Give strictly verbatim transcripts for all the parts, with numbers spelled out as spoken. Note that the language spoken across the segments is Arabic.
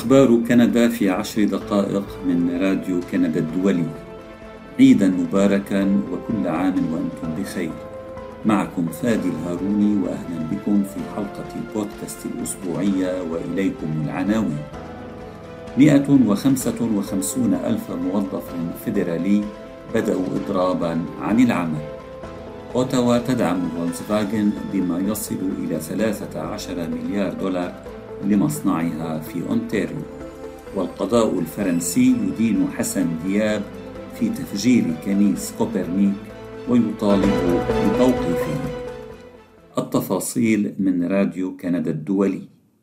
أخبار كندا في عشر دقائق من راديو كندا الدولي. عيدا مباركا وكل عام وأنتم بخير. معكم فادي الهاروني وأهلا بكم في حلقة البودكاست الأسبوعية وإليكم العناوين. مئة وخمسة وخمسون ألف موظف فيدرالي بدأوا إضرابا عن العمل. أوتاوا تدعم فولكسفاغن بما يصل إلى ثلاثة عشر مليار دولار لمصنعها في أونتاريو. والقضاء الفرنسي يدين حسن دياب في تفجير كنيس كوبرنيك ويطالب بتوقيفه. التفاصيل من راديو كندا الدولي.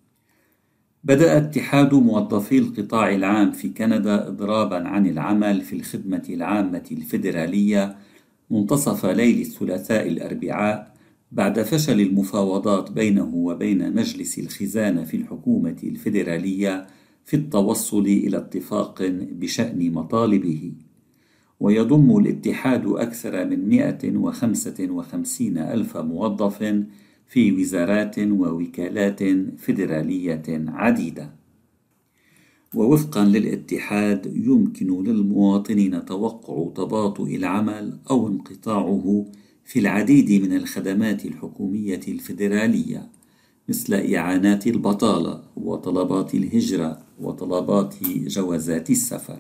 بدأ اتحاد موظفي القطاع العام في كندا إضرابا عن العمل في الخدمة العامة الفيدرالية منتصف ليل الثلاثاء الأربعاء بعد فشل المفاوضات بينه وبين مجلس الخزانة في الحكومة الفيدرالية في التوصل إلى اتفاق بشأن مطالبه. ويضم الاتحاد أكثر من مئة وخمسة وخمسين ألف موظف في وزارات ووكالات فيدرالية عديدة. ووفقا للاتحاد يمكن للمواطنين توقع تباطؤ العمل أو انقطاعه في العديد من الخدمات الحكومية الفيدرالية مثل إعانات البطالة وطلبات الهجرة وطلبات جوازات السفر.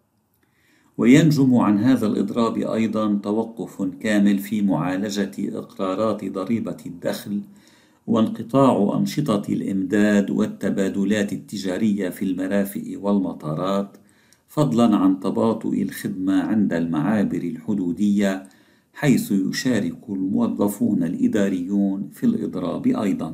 وينجم عن هذا الإضراب أيضا توقف كامل في معالجة إقرارات ضريبة الدخل وانقطاع أنشطة الإمداد والتبادلات التجارية في المرافئ والمطارات، فضلا عن تباطؤ الخدمة عند المعابر الحدودية، حيث يشارك الموظفون الإداريون في الإضراب أيضا.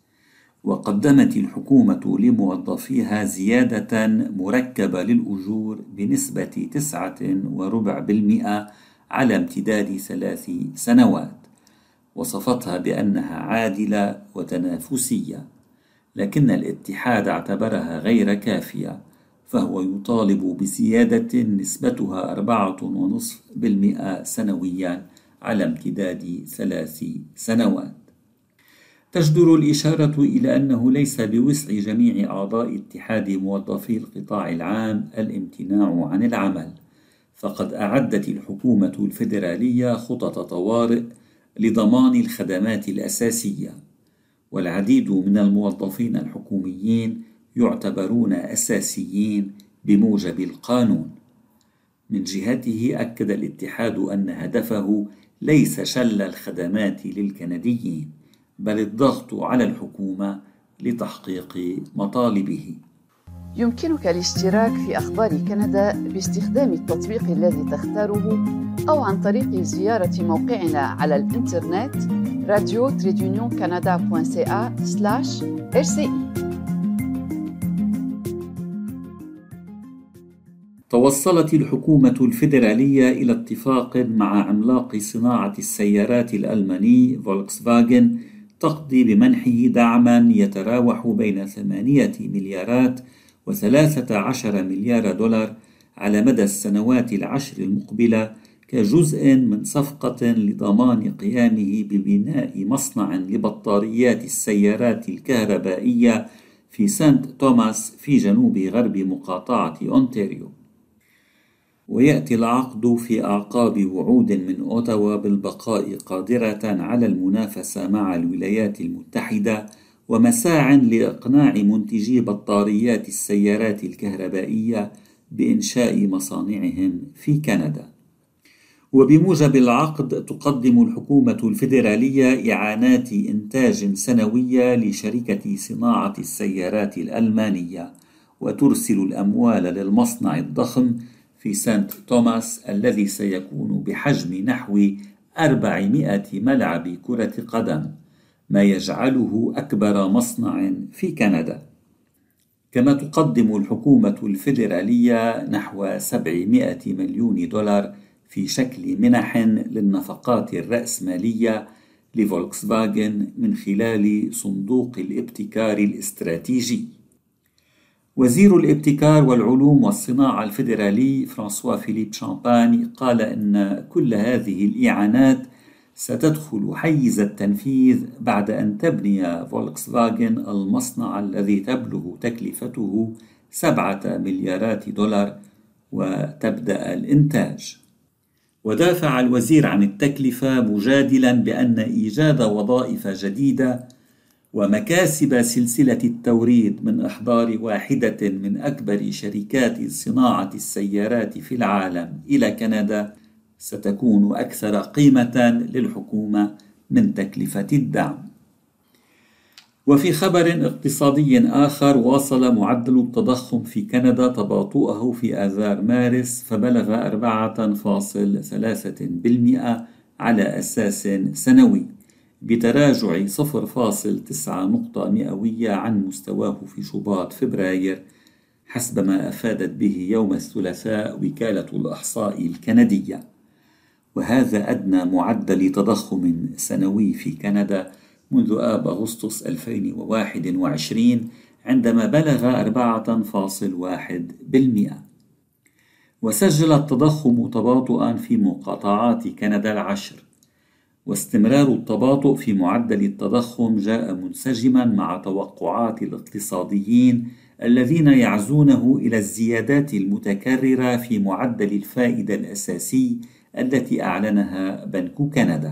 وقدمت الحكومة لموظفيها زيادة مركبة للأجور بنسبة تسعة وربع بالمئة على امتداد ثلاث سنوات، وصفتها بأنها عادلة وتنافسية، لكن الاتحاد اعتبرها غير كافية، فهو يطالب بزيادة نسبتها أربعة ونصف بالمئة سنويا على امتداد ثلاث سنوات. تجدر الإشارة إلى أنه ليس بوسع جميع أعضاء اتحاد موظفي القطاع العام الامتناع عن العمل، فقد أعدت الحكومة الفيدرالية خطط طوارئ لضمان الخدمات الأساسية، والعديد من الموظفين الحكوميين يعتبرون أساسيين بموجب القانون. من جهته أكد الاتحاد أن هدفه ليس شل الخدمات للكنديين، بل الضغط على الحكومة لتحقيق مطالبه. يمكنك الاشتراك في أخبار كندا باستخدام التطبيق الذي تختاره أو عن طريق زيارة موقعنا على الإنترنت راديو تريدونيون كندا دوت سي إيه سلاش إر سي إي. توصلت الحكومة الفيدرالية إلى اتفاق مع عملاق صناعة السيارات الألماني فولكسفاغن تقضي بمنحه دعما يتراوح بين ثمانية مليارات وثلاثة عشر مليار دولار على مدى السنوات العشر المقبلة كجزء من صفقة لضمان قيامه ببناء مصنع لبطاريات السيارات الكهربائية في سانت توماس في جنوب غرب مقاطعة أونتاريو. ويأتي العقد في أعقاب وعود من أوتاوا بالبقاء قادرة على المنافسة مع الولايات المتحدة ومساع لإقناع منتجي بطاريات السيارات الكهربائية بإنشاء مصانعهم في كندا. وبموجب العقد تقدم الحكومة الفيدرالية إعانات إنتاج سنوية لشركة صناعة السيارات الألمانية، وترسل الأموال للمصنع الضخم في سانت توماس الذي سيكون بحجم نحو أربعمائة ملعب كرة قدم، ما يجعله أكبر مصنع في كندا. كما تقدم الحكومة الفيدرالية نحو سبعمائة مليون دولار في شكل منح للنفقات الرأسمالية لفولكسفاغن من خلال صندوق الابتكار الاستراتيجي. وزير الابتكار والعلوم والصناعة الفيدرالي فرانسوا فيليب شامباني قال إن كل هذه الإعانات ستدخل حيز التنفيذ بعد أن تبني فولكسفاغن المصنع الذي تبلغ تكلفته سبعة مليارات دولار وتبدأ الإنتاج. ودافع الوزير عن التكلفة مجادلا بأن إيجاد وظائف جديدة ومكاسب سلسلة التوريد من إحضار واحدة من أكبر شركات صناعة السيارات في العالم إلى كندا ستكون أكثر قيمة للحكومة من تكلفة الدعم. وفي خبر اقتصادي آخر، واصل معدل التضخم في كندا تباطؤه في آذار مارس فبلغ أربعة فاصلة ثلاثة بالمئة على أساس سنوي، بتراجع صفر فاصلة تسعة نقطة مئوية عن مستواه في شباط فبراير، حسب ما أفادت به يوم الثلاثاء وكالة الإحصاء الكندية. وهذا أدنى معدل تضخم سنوي في كندا منذ آب أغسطس ألفين وواحد وعشرين عندما بلغ أربعة فاصلة واحد بالمئة. وسجل التضخم تباطؤا في مقاطعات كندا العشر، واستمرار التباطؤ في معدل التضخم جاء منسجما مع توقعات الاقتصاديين الذين يعزونه إلى الزيادات المتكررة في معدل الفائدة الأساسي التي أعلنها بنك كندا.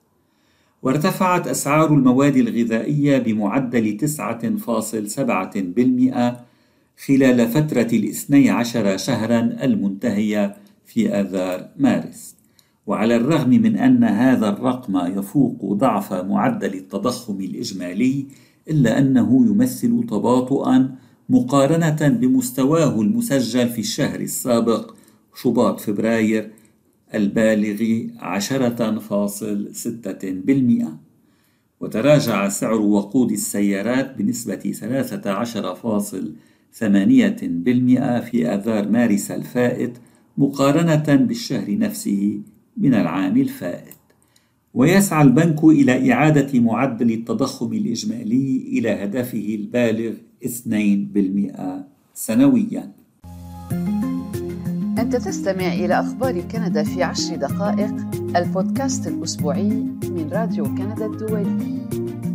وارتفعت أسعار المواد الغذائية بمعدل تسعة فاصلة سبعة بالمئة خلال فترة الاثني عشر شهرا المنتهية في آذار مارس. وعلى الرغم من أن هذا الرقم يفوق ضعف معدل التضخم الإجمالي، إلا أنه يمثل تباطؤا مقارنة بمستواه المسجل في الشهر السابق شباط فبراير البالغ عشرة فاصلة ستة بالمئة. وتراجع سعر وقود السيارات بنسبة ثلاثة عشر فاصلة ثمانية بالمئة في آذار مارس الفائت مقارنة بالشهر نفسه من العام الفائت. ويسعى البنك إلى إعادة معدل التضخم الإجمالي إلى هدفه البالغ اثنين بالمئة سنويا. أنت تستمع إلى أخبار كندا في عشر دقائق، البودكاست الأسبوعي من راديو كندا الدولي.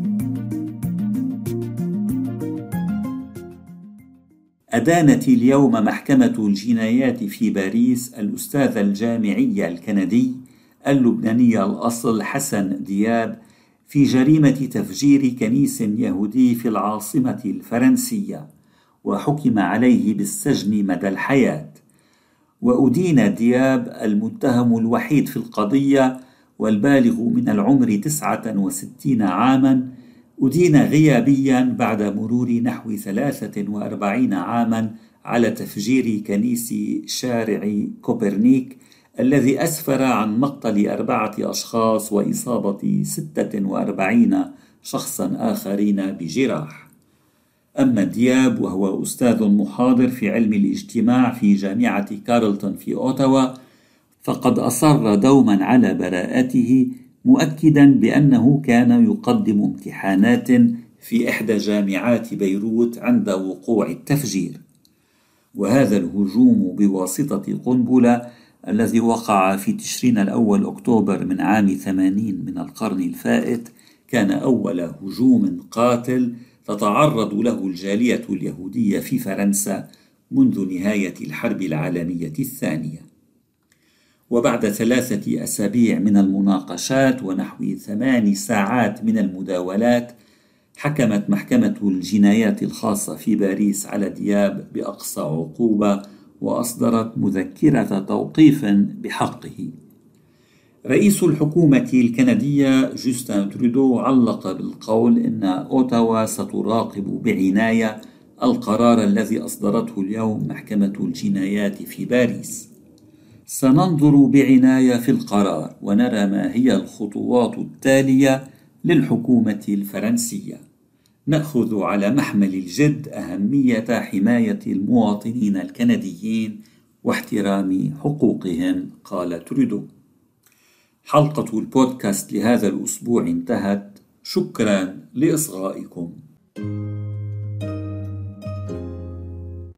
أدانت اليوم محكمة الجنايات في باريس الأستاذ الجامعي الكندي اللبناني الأصل حسن دياب في جريمة تفجير كنيس يهودي في العاصمة الفرنسية، وحكم عليه بالسجن مدى الحياة. وأدين دياب المتهم الوحيد في القضية والبالغ من العمر تسعة وستين عاما، أدين غيابيا بعد مرور نحو ثلاثة وأربعين عاما على تفجير كنيس شارع كوبرنيك الذي أسفر عن مقتل أربعة أشخاص وإصابة ستة وأربعين شخصا آخرين بجراح. أما دياب وهو أستاذ محاضر في علم الاجتماع في جامعة كارلتون في أوتاوا، فقد أصر دوما على براءته، مؤكدا بأنه كان يقدم امتحانات في إحدى جامعات بيروت عند وقوع التفجير. وهذا الهجوم بواسطة قنبلة الذي وقع في تشرين الأول أكتوبر من عام ثمانين من القرن الفائت كان أول هجوم قاتل تتعرض له الجالية اليهودية في فرنسا منذ نهاية الحرب العالمية الثانية. وبعد ثلاثة أسابيع من المناقشات ونحو ثمان ساعات من المداولات، حكمت محكمة الجنايات الخاصة في باريس على دياب بأقصى عقوبة، وأصدرت مذكرة توقيف بحقه. رئيس الحكومة الكندية جوستن ترودو علق بالقول إن أوتاوا ستراقب بعناية القرار الذي أصدرته اليوم محكمة الجنايات في باريس. سننظر بعناية في القرار ونرى ما هي الخطوات التالية للحكومة الفرنسية. نأخذ على محمل الجد أهمية حماية المواطنين الكنديين واحترام حقوقهم، قال ترودو. حلقة البودكاست لهذا الأسبوع انتهت. شكرا لإصغائكم.